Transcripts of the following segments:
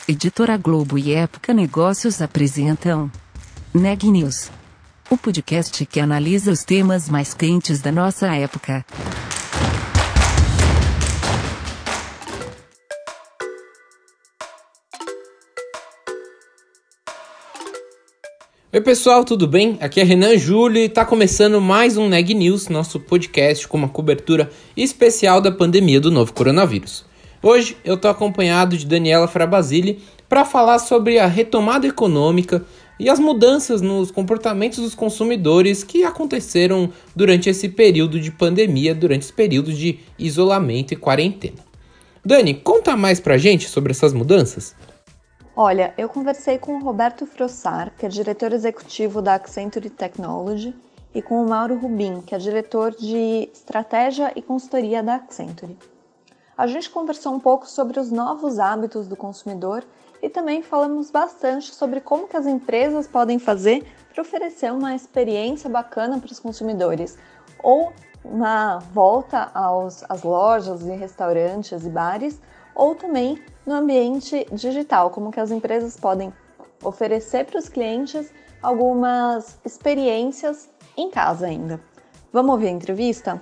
Editora Globo e Época Negócios apresentam Neg News, o podcast que analisa os temas mais quentes da nossa época. Oi pessoal, tudo bem? Aqui é Renan Júlio e está começando mais um Neg News, nosso podcast com uma cobertura especial da pandemia do novo coronavírus. Hoje eu estou acompanhado de Daniela Frabasile para falar sobre a retomada econômica e as mudanças nos comportamentos dos consumidores que aconteceram durante esse período de pandemia, durante esse período de isolamento e quarentena. Dani, conta mais pra gente sobre essas mudanças? Olha, eu conversei com o Roberto Frossar, que é diretor executivo da Accenture Technology, e com o Mauro Rubin, que é diretor de estratégia e consultoria da Accenture. A gente conversou um pouco sobre os novos hábitos do consumidor e também falamos bastante sobre como que as empresas podem fazer para oferecer uma experiência bacana para os consumidores, ou na volta às lojas e restaurantes e bares, ou também no ambiente digital, como que as empresas podem oferecer para os clientes algumas experiências em casa ainda. Vamos ouvir a entrevista?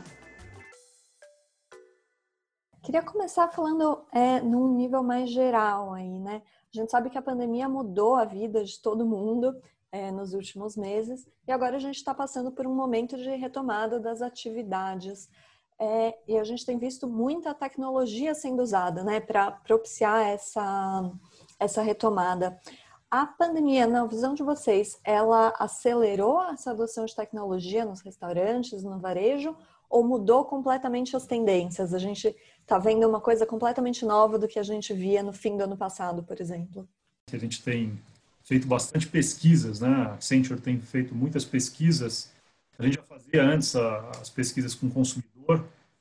Queria começar falando num nível mais geral aí, né? A gente sabe que a pandemia mudou a vida de todo mundo nos últimos meses e agora a gente está passando por um momento de retomada das atividades. E a gente tem visto muita tecnologia sendo usada, né, para propiciar essa retomada. A pandemia, na visão de vocês, ela acelerou essa adoção de tecnologia nos restaurantes, no varejo, ou mudou completamente as tendências? A gente está vendo uma coisa completamente nova do que a gente via no fim do ano passado, por exemplo. A gente tem feito bastante pesquisas, né? A Accenture tem feito muitas pesquisas. A gente já fazia antes as pesquisas com o consumidor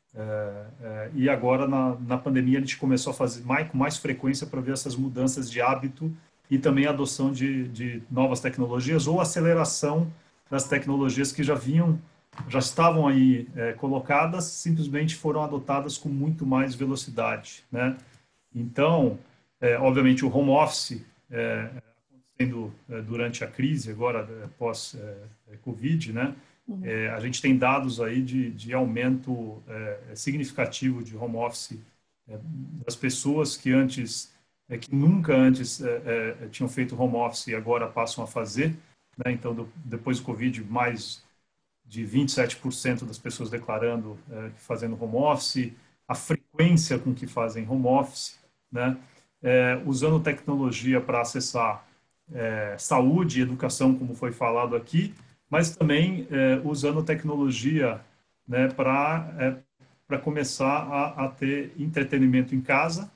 e agora na pandemia a gente começou a fazer com mais frequência para ver essas mudanças de hábito e também a adoção de novas tecnologias ou aceleração das tecnologias que já estavam aí colocadas, simplesmente foram adotadas com muito mais velocidade, né? Então, obviamente, o home office acontecendo durante a crise, agora pós-Covid, né? A gente tem dados aí de aumento significativo de home office das pessoas que nunca antes tinham feito home office e agora passam a fazer, né? Então, depois do Covid, mais de 27% das pessoas declarando fazendo home office, a frequência com que fazem home office, né? Usando tecnologia para acessar saúde e educação, como foi falado aqui, mas também usando tecnologia, né, para começar a ter entretenimento em casa,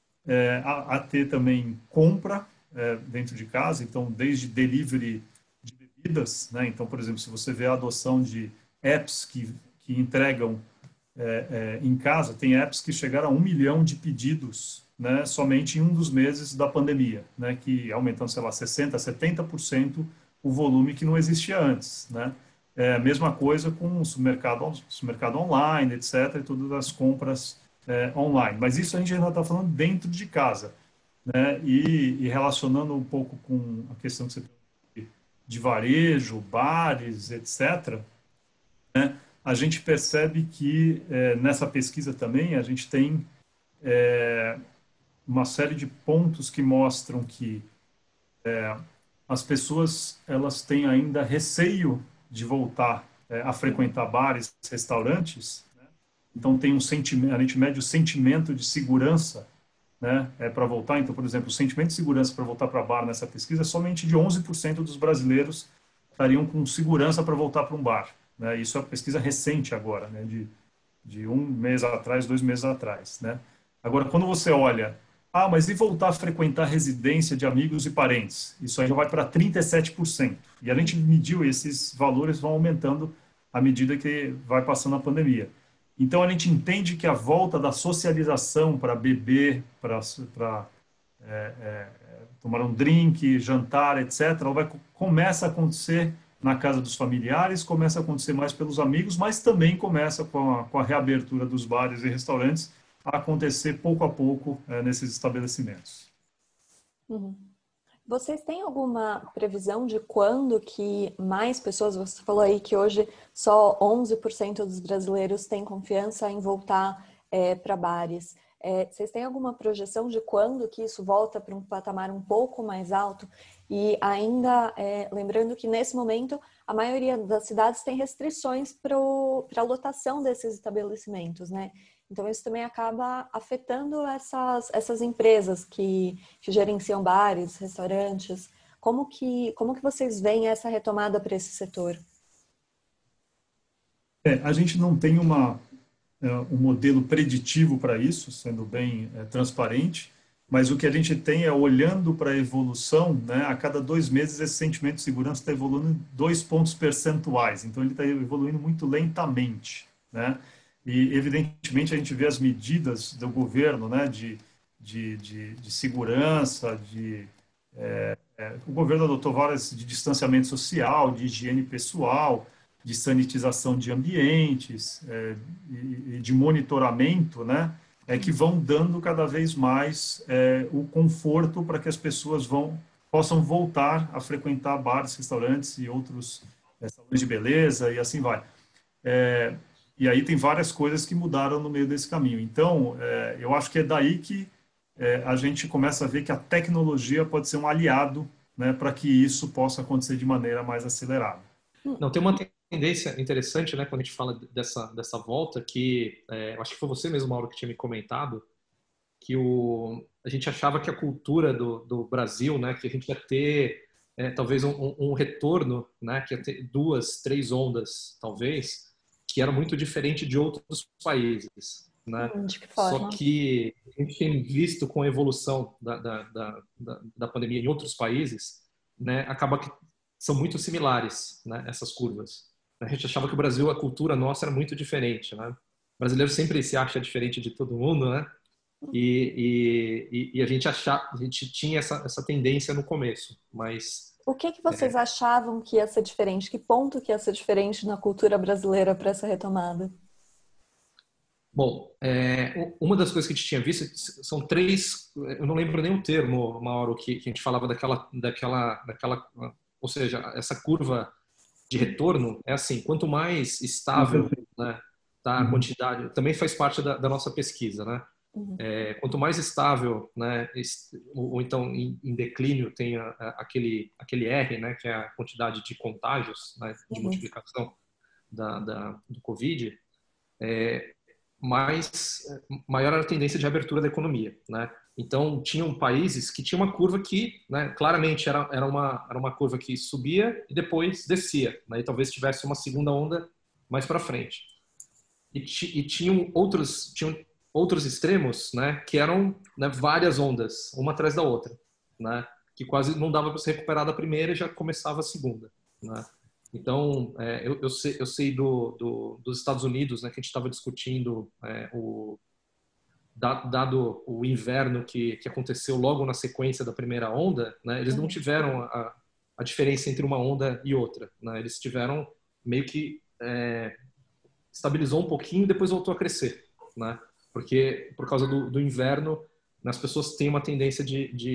a ter também compra dentro de casa, então desde delivery de bebidas, né? Então, por exemplo, se você vê a adoção de apps que entregam em casa, tem apps que chegaram a 1 milhão de pedidos, né, somente em um dos meses da pandemia, né, que aumentando, sei lá, 60%, 70% o volume que não existia antes, né? A mesma coisa com o supermercado online, etc., e todas as compras online. Mas isso a gente ainda está falando dentro de casa, né? E relacionando um pouco com a questão que você tem de varejo, bares, etc., né? A gente percebe que nessa pesquisa também a gente tem uma série de pontos que mostram que as pessoas elas têm ainda receio de voltar a frequentar bares, restaurantes, né? Então tem um sentimento, a gente mede o sentimento de segurança, né, para voltar. Então, por exemplo, o sentimento de segurança para voltar para bar nessa pesquisa é somente de 11% dos brasileiros estariam com segurança para voltar para um bar, né? Isso é uma pesquisa recente agora, né, de 1 mês atrás, 2 meses atrás, né? Agora, quando você olha, mas e voltar a frequentar residência de amigos e parentes? Isso aí já vai para 37%. E a gente mediu, esses valores vão aumentando à medida que vai passando a pandemia. Então, a gente entende que a volta da socialização para beber, para tomar um drink, jantar, etc., começa a acontecer na casa dos familiares, começa a acontecer mais pelos amigos, mas também começa com a reabertura dos bares e restaurantes a acontecer pouco a pouco nesses estabelecimentos. Uhum. Vocês têm alguma previsão de quando que mais pessoas, você falou aí que hoje só 11% dos brasileiros têm confiança em voltar para bares. Vocês têm alguma projeção de quando que isso volta para um patamar um pouco mais alto? E ainda, lembrando que nesse momento a maioria das cidades tem restrições para a lotação desses estabelecimentos, né? Então isso também acaba afetando essas empresas que gerenciam bares, restaurantes. Como que vocês veem essa retomada para esse setor? A gente não tem um modelo preditivo para isso, sendo bem transparente, mas o que a gente tem é, olhando para a evolução, né, a cada 2 meses esse sentimento de segurança está evoluindo 2 pontos percentuais, então ele está evoluindo muito lentamente, né? E, evidentemente, a gente vê as medidas do governo, né, de segurança, o governo adotou várias de distanciamento social, de higiene pessoal, de sanitização de ambientes, e de monitoramento, né, que vão dando cada vez mais o conforto para que as pessoas possam voltar a frequentar bares, restaurantes e outros salões de beleza e assim vai. E aí tem várias coisas que mudaram no meio desse caminho. Então, eu acho que é daí que a gente começa a ver que a tecnologia pode ser um aliado, né, para que isso possa acontecer de maneira mais acelerada. Não, tem uma tendência interessante, né, quando a gente fala dessa volta, que eu acho que foi você mesmo, Mauro, que tinha me comentado, que a gente achava que a cultura do Brasil, né, que a gente ia ter talvez um retorno, né, que ia ter 2, 3 ondas, talvez, que era muito diferente de outros países, né? De que forma? Só que a gente tem visto com a evolução da pandemia em outros países, né, acaba que são muito similares, né, essas curvas. A gente achava que o Brasil, a cultura nossa era muito diferente, né? O brasileiro sempre se acha diferente de todo mundo, né? E a gente tinha essa tendência no começo, mas O que vocês achavam que ia ser diferente? Que ponto que ia ser diferente na cultura brasileira para essa retomada? bom, uma das coisas que a gente tinha visto são 3, eu não lembro nem o termo, Mauro, que a gente falava daquela, ou seja, essa curva de retorno é assim, quanto mais estável, né, tá a quantidade, também faz parte da nossa pesquisa, né? Uhum. Quanto mais estável, né, ou então em declínio tem aquele R, né, que é a quantidade de contágios, né, de multiplicação do Covid, maior era a tendência de abertura da economia, né? Então tinham países que tinham uma curva que, né, claramente era uma curva que subia e depois descia, né? E talvez tivesse uma segunda onda mais para frente. E tinham outros extremos, né, que eram, né, várias ondas, uma atrás da outra, né, que quase não dava para se recuperar da primeira e já começava a segunda, né. Então, eu sei dos Estados Unidos, né, que a gente estava discutindo, dado o inverno que aconteceu logo na sequência da primeira onda, né, eles não tiveram a diferença entre uma onda e outra, né, eles tiveram meio que estabilizou um pouquinho e depois voltou a crescer, né? Porque por causa do inverno, as pessoas têm uma tendência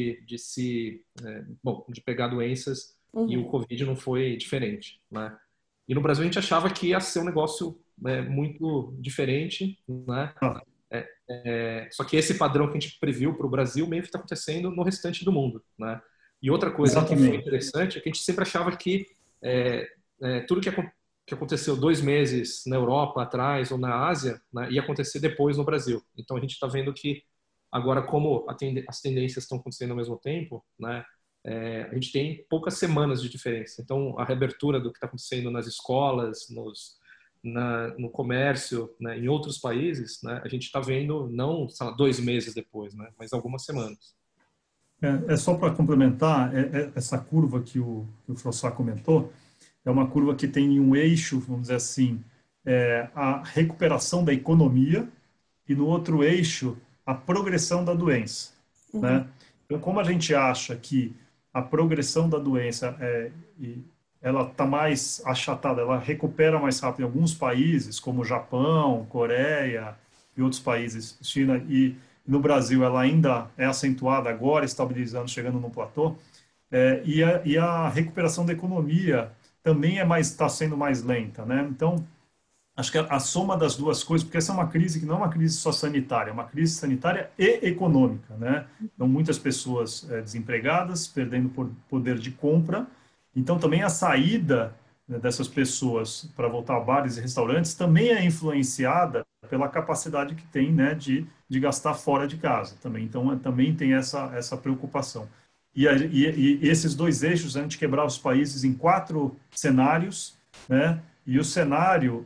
de pegar doenças e o Covid não foi diferente, né? E no Brasil a gente achava que ia ser um negócio muito diferente, né? Só que esse padrão que a gente previu para o Brasil meio que está acontecendo no restante do mundo, né? E outra coisa que foi interessante é que a gente sempre achava que tudo que aconteceu 2 meses na Europa atrás ou na Ásia, né, ia acontecer depois no Brasil. Então a gente está vendo que agora, como as tendências estão acontecendo ao mesmo tempo, né, a gente tem poucas semanas de diferença. Então a reabertura do que está acontecendo nas escolas, no comércio, né, em outros países, né, a gente está vendo não, sei lá, 2 meses depois, né, mas algumas semanas. Só para complementar, essa curva que o Frossard comentou, é uma curva que tem um eixo, vamos dizer assim, a recuperação da economia e no outro eixo a progressão da doença, né? Então, como a gente acha que a progressão da doença ela está mais achatada, ela recupera mais rápido em alguns países, como Japão, Coreia e outros países, China, e No Brasil, ela ainda é acentuada agora, estabilizando, chegando no platô. E a recuperação da economia também está sendo mais lenta, né? Então, acho que a soma das duas coisas, porque essa é uma crise que não é uma crise só sanitária, é uma crise sanitária e econômica, né? Então, muitas pessoas desempregadas, perdendo poder de compra. Então, também a saída, né, dessas pessoas para voltar a bares e restaurantes também é influenciada pela capacidade que tem, né, de gastar fora de casa também. Então, também tem essa preocupação. E esses dois eixos, a gente quebrar os países em 4 cenários, né? E o cenário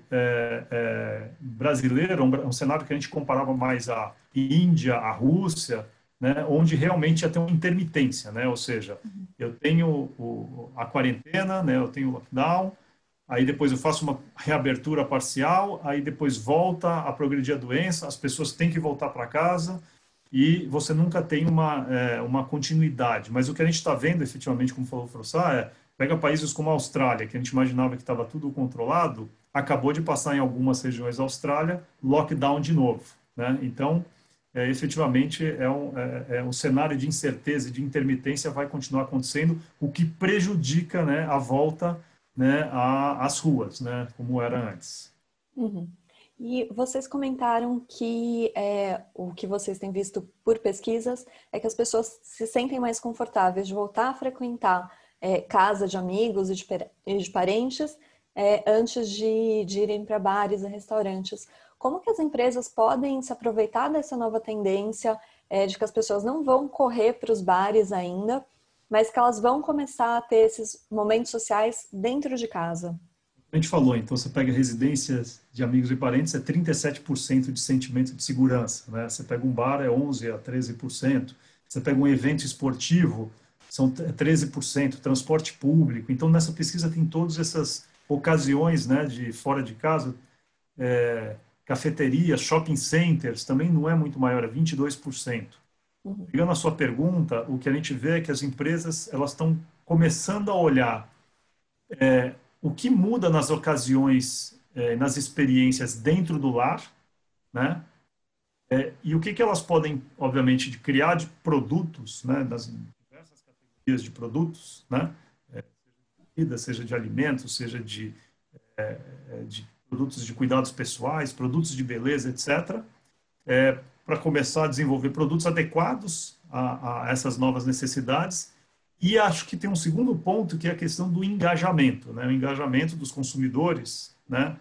brasileiro, um cenário que a gente comparava mais à Índia, à Rússia, né, onde realmente ia ter uma intermitência, né? Ou seja, eu tenho a quarentena, né, eu tenho o lockdown, aí depois eu faço uma reabertura parcial, aí depois volta a progredir a doença, as pessoas têm que voltar para casa e você nunca tem uma continuidade. Mas o que a gente está vendo, efetivamente, como falou o Frossá, pega países como a Austrália, que a gente imaginava que estava tudo controlado, acabou de passar em algumas regiões da Austrália, lockdown de novo, né? Então, efetivamente, um cenário de incerteza e de intermitência vai continuar acontecendo, o que prejudica, né, a volta, né, às ruas, né, como era antes. Uhum. E vocês comentaram que o que vocês têm visto por pesquisas é que as pessoas se sentem mais confortáveis de voltar a frequentar casa de amigos e de parentes antes de irem para bares e restaurantes. Como que as empresas podem se aproveitar dessa nova tendência de que as pessoas não vão correr para os bares ainda, mas que elas vão começar a ter esses momentos sociais dentro de casa? A gente falou, então você pega residências de amigos e parentes, é 37% de sentimento de segurança, né? Você pega um bar, é 11% a 13%. Você pega um evento esportivo, são 13%, transporte público. Então, nessa pesquisa tem todas essas ocasiões, né, de fora de casa, cafeterias, shopping centers, também não é muito maior, é 22%. Pegando a sua pergunta, o que a gente vê é que as empresas elas estão começando a olhar o que muda nas ocasiões, nas experiências dentro do lar, né? E o que elas podem, obviamente, de criar de produtos, né? Das diversas categorias de produtos, né? Seja de alimentos, seja de produtos de cuidados pessoais, produtos de beleza, etc., para começar a desenvolver produtos adequados a essas novas necessidades. E acho que tem um segundo ponto, que é a questão do engajamento, né? O engajamento dos consumidores, né?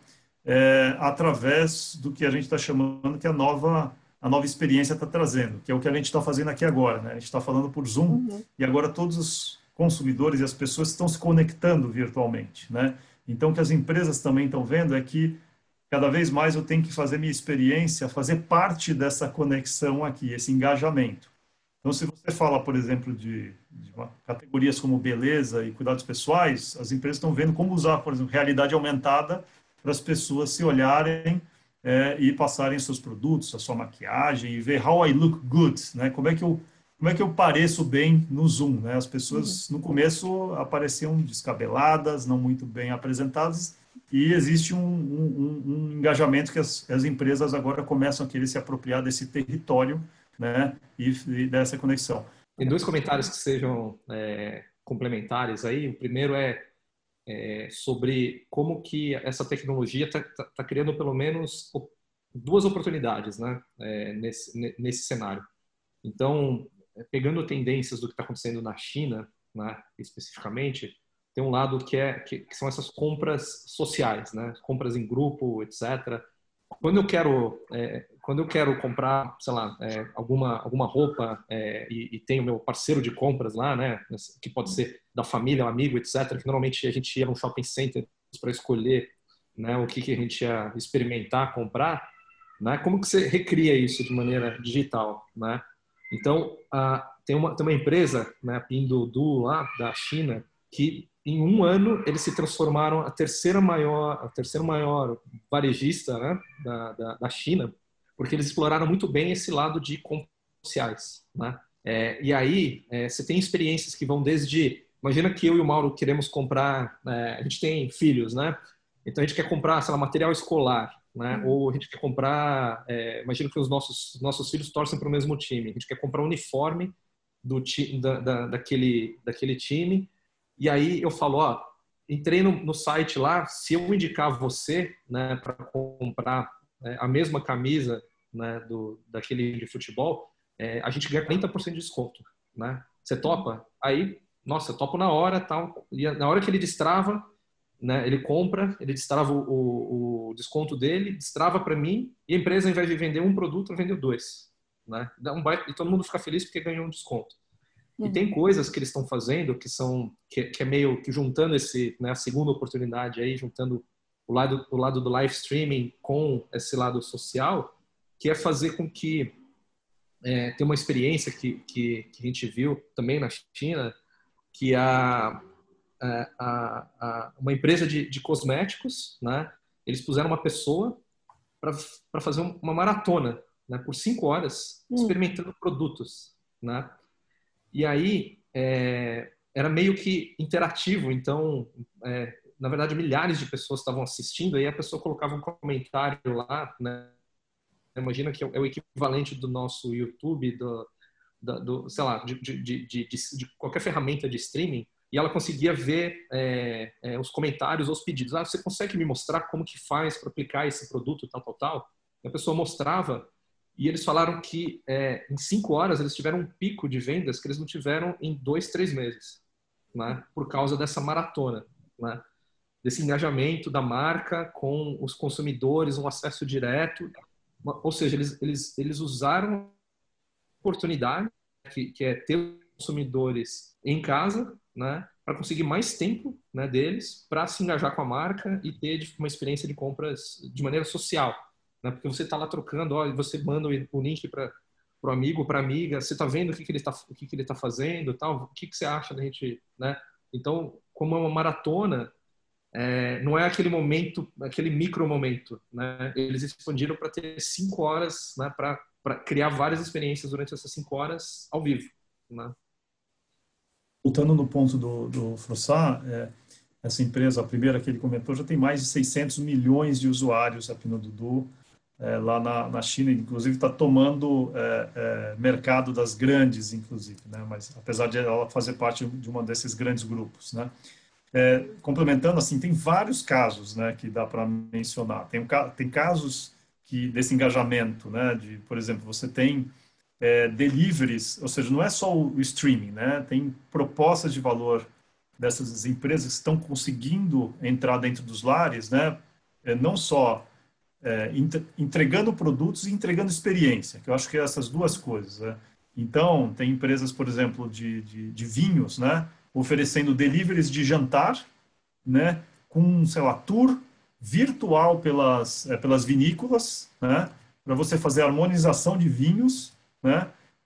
Através do que a gente está chamando que a nova experiência está trazendo, que é o que a gente está fazendo aqui agora, né? A gente está falando por Zoom, e agora todos os consumidores e as pessoas estão se conectando virtualmente, né? Então, o que as empresas também estão vendo é que cada vez mais eu tenho que fazer minha experiência, fazer parte dessa conexão aqui, esse engajamento. Então, se você fala, por exemplo, de categorias como beleza e cuidados pessoais, as empresas estão vendo como usar, por exemplo, realidade aumentada para as pessoas se olharem e passarem seus produtos, a sua maquiagem e ver how I look good, né? Como é que eu pareço bem no Zoom, né? As pessoas no começo apareciam descabeladas, não muito bem apresentadas, e existe um engajamento que as empresas agora começam a querer se apropriar desse território, né, e dessa conexão. Tem 2 comentários que sejam complementares aí. O primeiro sobre como que essa tecnologia está criando pelo menos 2 oportunidades, né, nesse cenário. Então, pegando tendências do que está acontecendo na China, né, especificamente, tem um lado que são essas compras sociais, né, compras em grupo, etc. Quando eu quero comprar, sei lá, alguma roupa e tenho meu parceiro de compras lá, né, que pode ser da família, um amigo, etc., que normalmente a gente ia num shopping center para escolher, né, o que a gente ia experimentar, comprar, né, como que você recria isso de maneira digital, né? Então, tem uma empresa, né, a Pinduoduo lá da China, que em um ano eles se transformaram a terceira maior varejista, né, da China, porque eles exploraram muito bem esse lado de compras sociais, né? E aí você tem experiências que vão desde, imagina que eu e o Mauro queremos comprar, a gente tem filhos, né? Então a gente quer comprar, sei lá, material escolar. né? Ou a gente quer comprar, imagina que os nossos filhos torcem para o mesmo time, a gente quer comprar um uniforme daquele time, e aí eu falo, ó, entrei no site lá, se eu indicar você, né, para comprar a mesma camisa, né, daquele de futebol, a gente ganha 30% de desconto, né? Você topa? Aí, nossa, eu topo na hora, tal. E na hora que ele destrava, né, ele compra, ele destrava o desconto dele, destrava para mim, e a empresa, ao invés de vender um produto, vendeu dois, né? E todo mundo fica feliz porque ganhou um desconto. E tem coisas que eles estão fazendo que é meio que juntando a segunda oportunidade aí, juntando o lado do live streaming com esse lado social, que é fazer com que tem uma experiência que a gente viu também na China, que uma empresa de cosméticos, né? Eles puseram uma pessoa para fazer uma maratona, né? Por 5 horas, experimentando produtos, né? E aí era meio que interativo, então na verdade milhares de pessoas estavam assistindo, aí a pessoa colocava um comentário lá, né? Imagina que é o equivalente do nosso YouTube, sei lá, de qualquer ferramenta de streaming, e ela conseguia ver os comentários ou os pedidos. Ah, você consegue me mostrar como que faz para aplicar esse produto, tal, tal, tal? E a pessoa mostrava, e eles falaram que em 5 horas eles tiveram um pico de vendas que eles não tiveram em 2, 3 meses, né? Por causa dessa maratona, né? Desse engajamento da marca com os consumidores, um acesso direto. Ou seja, eles usaram a oportunidade, que é ter consumidores em casa, né, para conseguir mais tempo, né, deles, para se engajar com a marca e ter uma experiência de compras de maneira social. Né, porque você está lá trocando, ó, você manda o link para o amigo, para a amiga, você está vendo o que ele tá fazendo, tal, o que você acha da gente, né? Então, como é uma maratona, não é aquele momento, aquele micro momento, né? Eles expandiram para ter 5 horas, né? Para criar várias experiências durante essas 5 horas ao vivo, né? Voltando no ponto do Frossard, essa empresa, a primeira que ele comentou, já tem mais de 600 milhões de usuários, a Pinduoduo, lá na China, inclusive está tomando mercado das grandes, inclusive, né? Mas apesar de ela fazer parte de um desses grandes grupos, né? Complementando, assim, tem vários casos, né, que dá para mencionar. Tem casos desse engajamento, né, por exemplo, você tem deliveries, ou seja, não é só o streaming, né, tem propostas de valor dessas empresas que estão conseguindo entrar dentro dos lares, né, não só entregando produtos e entregando experiência, que eu acho que é essas duas coisas, né? Então, tem empresas, por exemplo, de vinhos, né, oferecendo deliveries de jantar, né, com, sei lá, tour virtual pelas vinícolas, né, para você fazer harmonização de vinhos, né,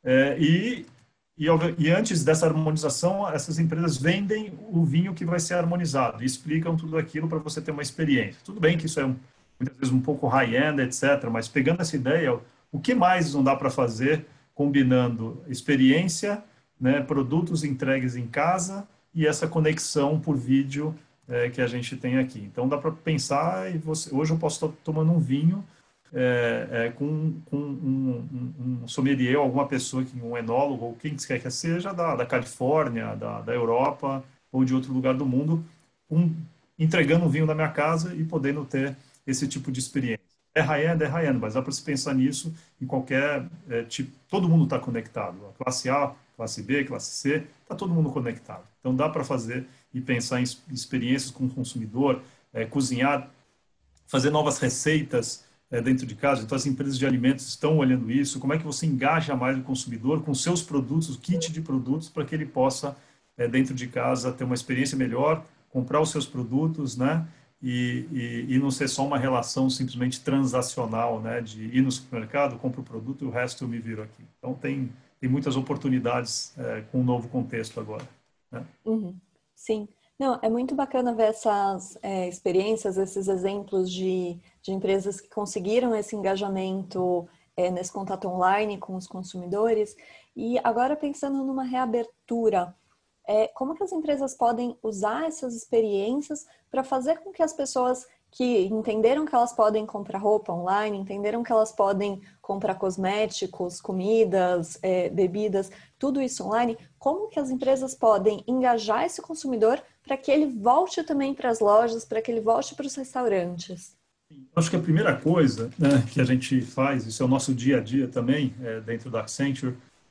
e antes dessa harmonização, essas empresas vendem o vinho que vai ser harmonizado e explicam tudo aquilo para você ter uma experiência. Tudo bem que isso é muitas vezes um pouco high-end, etc., mas pegando essa ideia, o que mais não dá para fazer combinando experiência, né, produtos entregues em casa e essa conexão por vídeo que a gente tem aqui. Então dá para pensar, hoje eu posso estar tomando um vinho com um sommelier, alguma pessoa, um enólogo, ou quem quer que seja, da Califórnia, da Europa ou de outro lugar do mundo, entregando um vinho na minha casa e podendo ter esse tipo de experiência. É high-end, mas dá para se pensar nisso em qualquer tipo. Todo mundo está conectado. A classe A, classe B, classe C, está todo mundo conectado. Então dá para fazer e pensar em experiências com o consumidor, cozinhar, fazer novas receitas dentro de casa. Então as empresas de alimentos estão olhando isso. Como é que você engaja mais o consumidor com seus produtos, o kit de produtos, para que ele possa, dentro de casa, ter uma experiência melhor, comprar os seus produtos, né? E não ser só uma relação simplesmente transacional, né, de ir no supermercado, compro o produto e o resto eu me viro aqui. Então tem muitas oportunidades com um novo contexto agora, né? Sim. Não, é muito bacana ver essas experiências, esses exemplos de empresas que conseguiram esse engajamento nesse contato online com os consumidores. E agora pensando numa reabertura, como que as empresas podem usar essas experiências para fazer com que as pessoas que entenderam que elas podem comprar roupa online, entenderam que elas podem comprar cosméticos, comidas, bebidas, tudo isso online, como que as empresas podem engajar esse consumidor para que ele volte também para as lojas, para que ele volte para os restaurantes? Acho que a primeira coisa, né, que a gente faz, isso é o nosso dia a dia também, dentro da Accenture,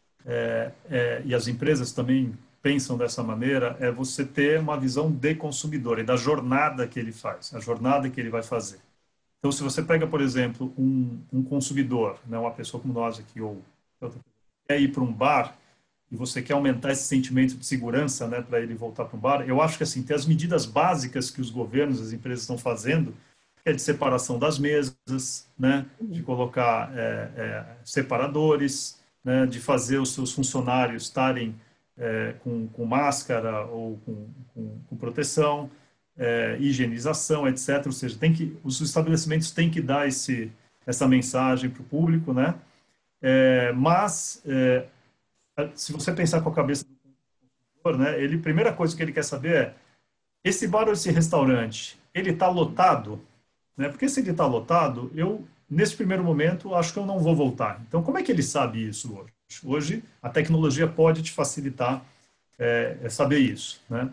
e as empresas também pensam dessa maneira, é você ter uma visão de consumidor e da jornada que ele faz, a jornada que ele vai fazer. Então, se você pega, por exemplo, um consumidor, né, uma pessoa como nós aqui, ou quer ir para um bar e você quer aumentar esse sentimento de segurança, né, para ele voltar para um bar, eu acho que assim, tem as medidas básicas que os governos, as empresas estão fazendo, que é de separação das mesas, né, de colocar separadores, né, de fazer os seus funcionários estarem com máscara ou com proteção, higienização, etc. Ou seja, os estabelecimentos têm que dar essa mensagem para o público, né? Mas, se você pensar com a cabeça do consumidor, né, a primeira coisa que ele quer saber é: esse bar ou esse restaurante, ele está lotado? Né? Porque se ele está lotado, nesse primeiro momento, acho que eu não vou voltar. Então, como é que ele sabe isso hoje? Hoje, a tecnologia pode te facilitar saber isso. Né?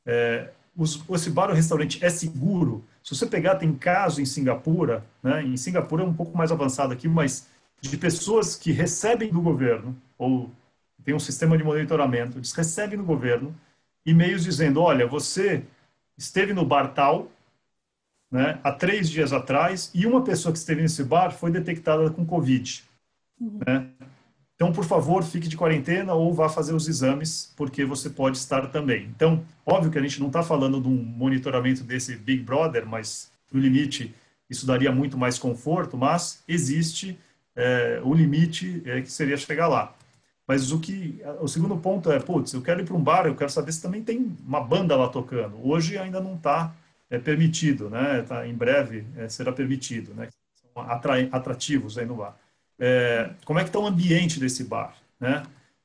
Esse bar ou restaurante é seguro? Se você pegar, tem caso em Singapura, né? Em Singapura é um pouco mais avançado aqui, mas de pessoas que recebem do governo, ou tem um sistema de monitoramento, eles recebem do governo e-mails dizendo: olha, você esteve no bar tal, né, há 3 dias atrás, e uma pessoa que esteve nesse bar foi detectada com Covid. Né? Então, por favor, fique de quarentena ou vá fazer os exames, porque você pode estar também. Então, óbvio que a gente não está falando de um monitoramento desse Big Brother, mas, no limite, isso daria muito mais conforto, mas existe o limite que seria chegar lá. Mas o segundo ponto é: putz, eu quero ir para um bar, eu quero saber se também tem uma banda lá tocando. Hoje ainda não está permitido, né? Em breve será permitido, né? São atrativos aí no bar. Como é que está o ambiente desse bar, né?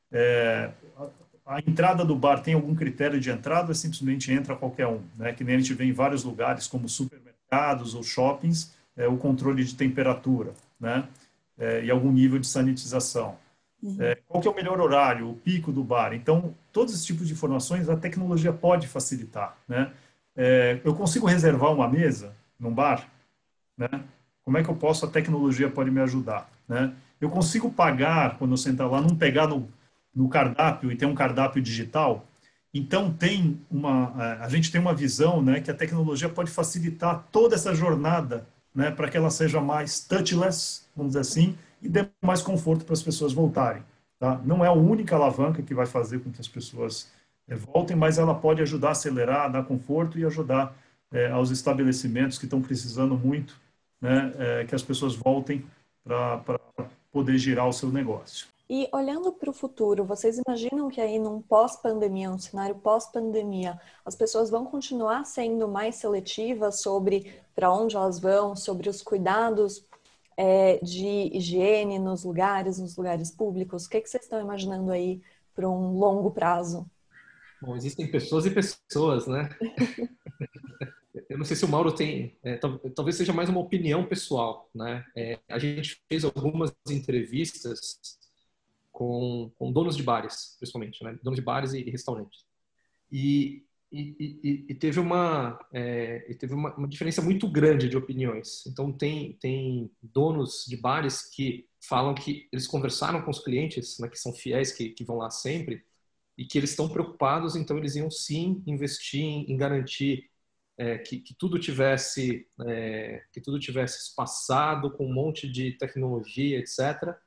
A entrada do bar tem algum critério de entrada ou simplesmente entra qualquer um, né? Que nem a gente vê em vários lugares, como supermercados ou shoppings, o controle de temperatura, né? E algum nível de sanitização. Qual que é o melhor horário, o pico do bar? Então, todos esses tipos de informações a tecnologia pode facilitar, né? Eu consigo reservar uma mesa num bar, né? Como é que a tecnologia pode me ajudar, né? Eu consigo pagar quando eu sentar lá, não pegar no cardápio e ter um cardápio digital. Então a gente tem uma visão, né, que a tecnologia pode facilitar toda essa jornada, né, para que ela seja mais touchless, vamos dizer assim, e dê mais conforto para as pessoas voltarem. Tá? Não é a única alavanca que vai fazer com que as pessoas voltem, mas ela pode ajudar a acelerar, dar conforto e ajudar aos estabelecimentos que estão precisando muito, né, que as pessoas voltem para poder girar o seu negócio. E olhando para o futuro, vocês imaginam que aí num pós-pandemia, num cenário pós-pandemia, as pessoas vão continuar sendo mais seletivas sobre para onde elas vão, sobre os cuidados de higiene nos lugares públicos? O que vocês estão imaginando aí para um longo prazo? Bom, existem pessoas e pessoas, né? Eu não sei se o Mauro tem, talvez seja mais uma opinião pessoal, né? A gente fez algumas entrevistas com donos de bares, principalmente, né? Donos de bares e restaurantes. E teve uma diferença muito grande de opiniões. Então, tem donos de bares que falam que eles conversaram com os clientes, né, que são fiéis, que vão lá sempre, e que eles estão preocupados, então eles iam sim investir em garantir que tudo tivesse espaçado com um monte de tecnologia, etc.,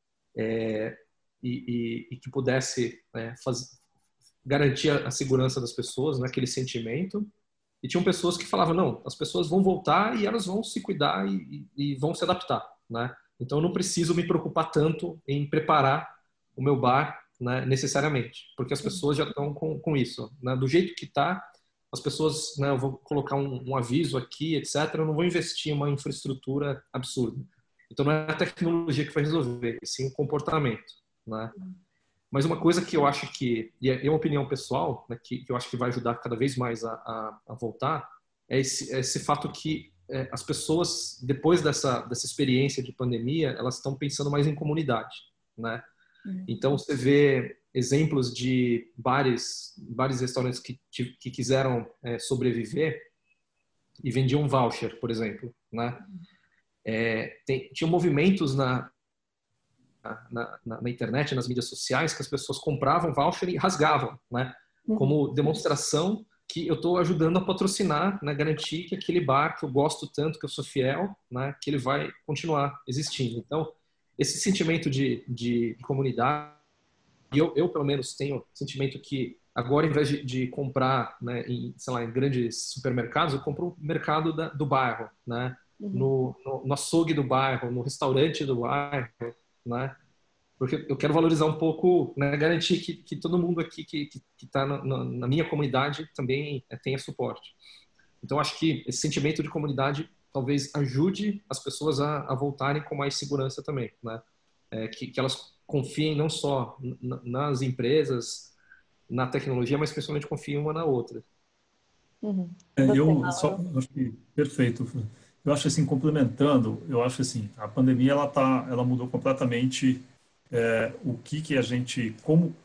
e que pudesse garantir a segurança das pessoas, naquele sentimento. E tinham pessoas que falavam: não, as pessoas vão voltar e elas vão se cuidar e vão se adaptar, né? Então eu não preciso me preocupar tanto em preparar o meu bar, né, necessariamente, porque as pessoas já estão com isso, né? Do jeito que está, as pessoas, né, eu vou colocar um aviso aqui, etc. Eu não vou investir em uma infraestrutura absurda. Então não é a tecnologia que vai resolver, e sim o comportamento, né? Mas uma coisa que eu acho que, e é uma opinião pessoal, né, que eu acho que vai ajudar cada vez mais a voltar, é esse fato que as pessoas, depois dessa experiência de pandemia, elas estão pensando mais em comunidade, né? Então, você vê exemplos de bares restaurantes que quiseram sobreviver e vendiam um voucher, por exemplo, né? Tinham movimentos na internet, nas mídias sociais, que as pessoas compravam voucher e rasgavam, né? Como demonstração que eu estou ajudando a patrocinar, né? Garantir que aquele bar que eu gosto tanto, que eu sou fiel, né? Que ele vai continuar existindo. Então, esse sentimento de comunidade, eu pelo menos tenho sentimento que agora, em vez de comprar, né, em grandes supermercados, eu compro no mercado do bairro, né? No açougue do bairro, no restaurante do bairro, né? Porque eu quero valorizar um pouco, né, garantir que todo mundo aqui que está na minha comunidade também tenha suporte. Então, acho que esse sentimento de comunidade talvez ajude as pessoas a voltarem com mais segurança também, né? Que elas confiem não só nas empresas, na tecnologia, mas principalmente confiem uma na outra. Eu acho que perfeito. Eu acho assim, complementando, eu acho assim, a pandemia ela mudou completamente o que a gente,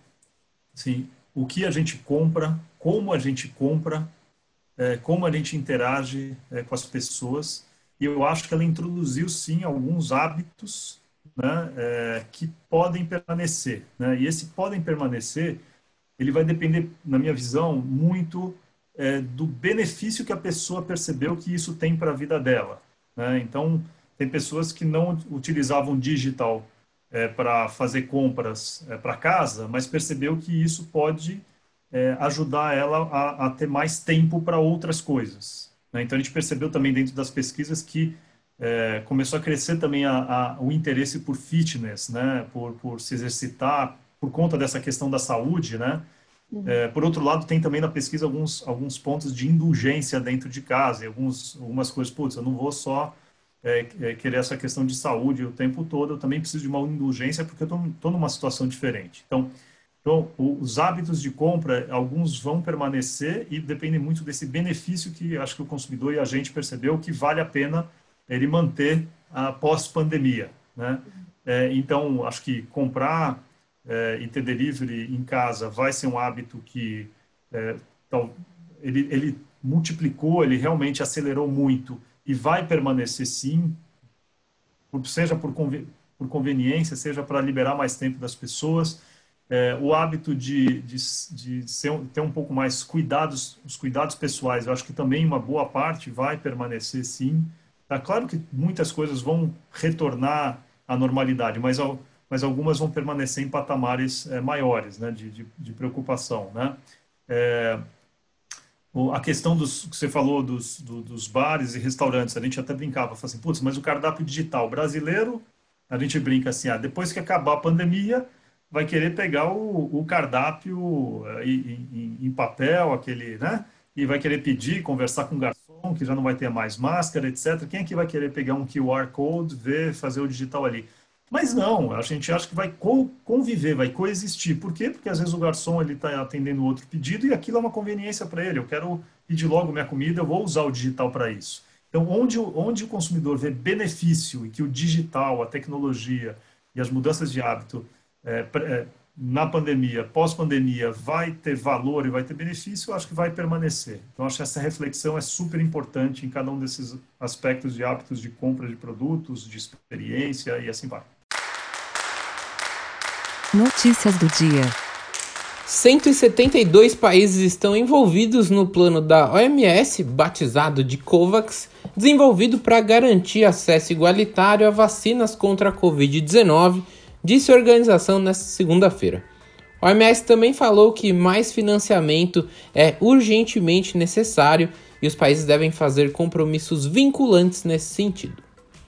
o que a gente compra, como a gente compra, como a gente interage com as pessoas. E eu acho que ela introduziu sim alguns hábitos, né, que podem permanecer, né? E esse podem permanecer, ele vai depender, na minha visão, muito do benefício que a pessoa percebeu que isso tem para a vida dela, né? Então, tem pessoas que não utilizavam digital para fazer compras para casa, mas percebeu que isso pode ajudar ela a ter mais tempo para outras coisas, né? Então, a gente percebeu também dentro das pesquisas que começou a crescer também o interesse por fitness, né? Por se exercitar, por conta dessa questão da saúde, né? Por outro lado, tem também na pesquisa alguns pontos de indulgência dentro de casa, e algumas coisas, putz, eu não vou só querer essa questão de saúde o tempo todo, eu também preciso de uma indulgência porque eu estou numa situação diferente. Então, os hábitos de compra, alguns vão permanecer e dependem muito desse benefício que acho que o consumidor e a gente percebeu que vale a pena ele manter após pandemia, né? Então, acho que comprar e ter delivery em casa vai ser um hábito que ele multiplicou, ele realmente acelerou muito e vai permanecer sim, seja por conveniência, seja para liberar mais tempo das pessoas. O hábito de ter um pouco mais os cuidados pessoais, eu acho que também uma boa parte vai permanecer sim. Tá claro que muitas coisas vão retornar à normalidade, mas algumas vão permanecer em patamares maiores, né, de preocupação, né? A questão que você falou dos bares e restaurantes, a gente até brincava, falava assim, putz, mas o cardápio digital brasileiro, a gente brinca assim, depois que acabar a pandemia, vai querer pegar o cardápio em papel, aquele, né? E vai querer pedir, conversar com o garçom, que já não vai ter mais máscara, etc. Quem é que vai querer pegar um QR Code, fazer o digital ali? Mas não, a gente acha que vai conviver, vai coexistir. Por quê? Porque às vezes o garçom ele está atendendo outro pedido e aquilo é uma conveniência para ele. Eu quero pedir logo minha comida, eu vou usar o digital para isso. Então, onde o consumidor vê benefício e que o digital, a tecnologia e as mudanças de hábito na pandemia, pós-pandemia, vai ter valor e vai ter benefício, eu acho que vai permanecer. Então, acho que essa reflexão é super importante em cada um desses aspectos de hábitos de compra de produtos, de experiência e assim vai. Notícias do dia. 172 países estão envolvidos no plano da OMS, batizado de COVAX, desenvolvido para garantir acesso igualitário a vacinas contra a Covid-19, disse a organização nesta segunda-feira. A OMS também falou que mais financiamento é urgentemente necessário e os países devem fazer compromissos vinculantes nesse sentido.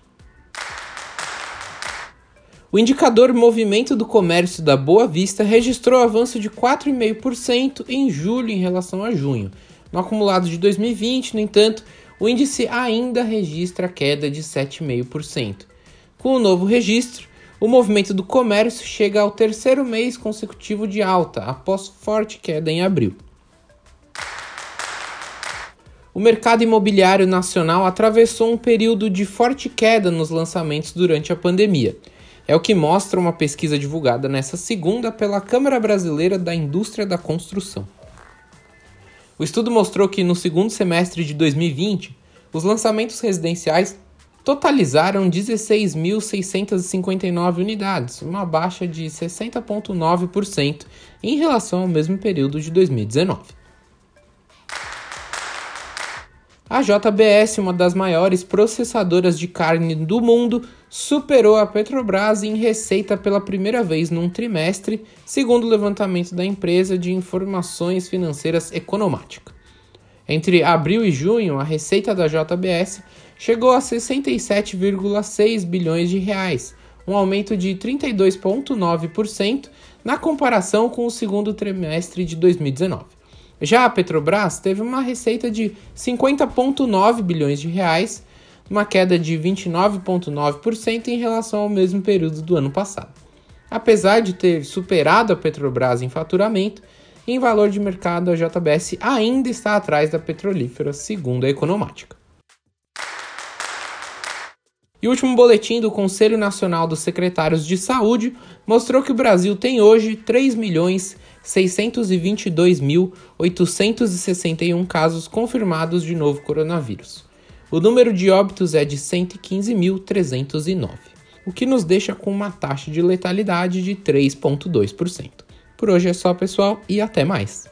O indicador Movimento do Comércio da Boa Vista registrou avanço de 4,5% em julho em relação a junho. No acumulado de 2020, no entanto, o índice ainda registra queda de 7,5%. Com o novo registro, o movimento do comércio chega ao terceiro mês consecutivo de alta, após forte queda em abril. o mercado imobiliário nacional atravessou um período de forte queda nos lançamentos durante a pandemia. É o que mostra uma pesquisa divulgada nesta segunda pela Câmara Brasileira da Indústria da Construção. O estudo mostrou que no segundo semestre de 2020, os lançamentos residenciais totalizaram 16.659 unidades, uma baixa de 60,9% em relação ao mesmo período de 2019. A JBS, uma das maiores processadoras de carne do mundo, superou a Petrobras em receita pela primeira vez num trimestre, segundo o levantamento da empresa de informações financeiras Economática. Entre abril e junho, a receita da JBS chegou a 67,6 bilhões de reais, um aumento de 32,9% na comparação com o segundo trimestre de 2019. Já a Petrobras teve uma receita de 50,9 bilhões de reais, uma queda de 29,9% em relação ao mesmo período do ano passado. Apesar de ter superado a Petrobras em faturamento, em valor de mercado a JBS ainda está atrás da petrolífera, segundo a Economática. E o último boletim do Conselho Nacional dos Secretários de Saúde mostrou que o Brasil tem hoje 3.622.861 casos confirmados de novo coronavírus. O número de óbitos é de 115.309, o que nos deixa com uma taxa de letalidade de 3,2%. Por hoje é só, pessoal, e até mais!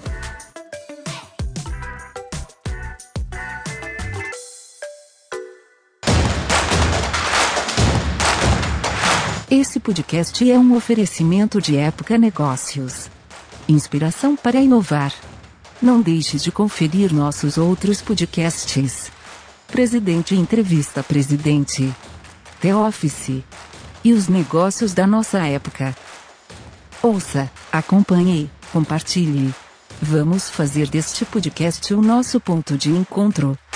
Esse podcast é um oferecimento de Época Negócios. Inspiração para inovar. Não deixe de conferir nossos outros podcasts. Presidente Entrevista Presidente. The Office. E os negócios da nossa época. Ouça, acompanhe, compartilhe. Vamos fazer deste podcast o nosso ponto de encontro.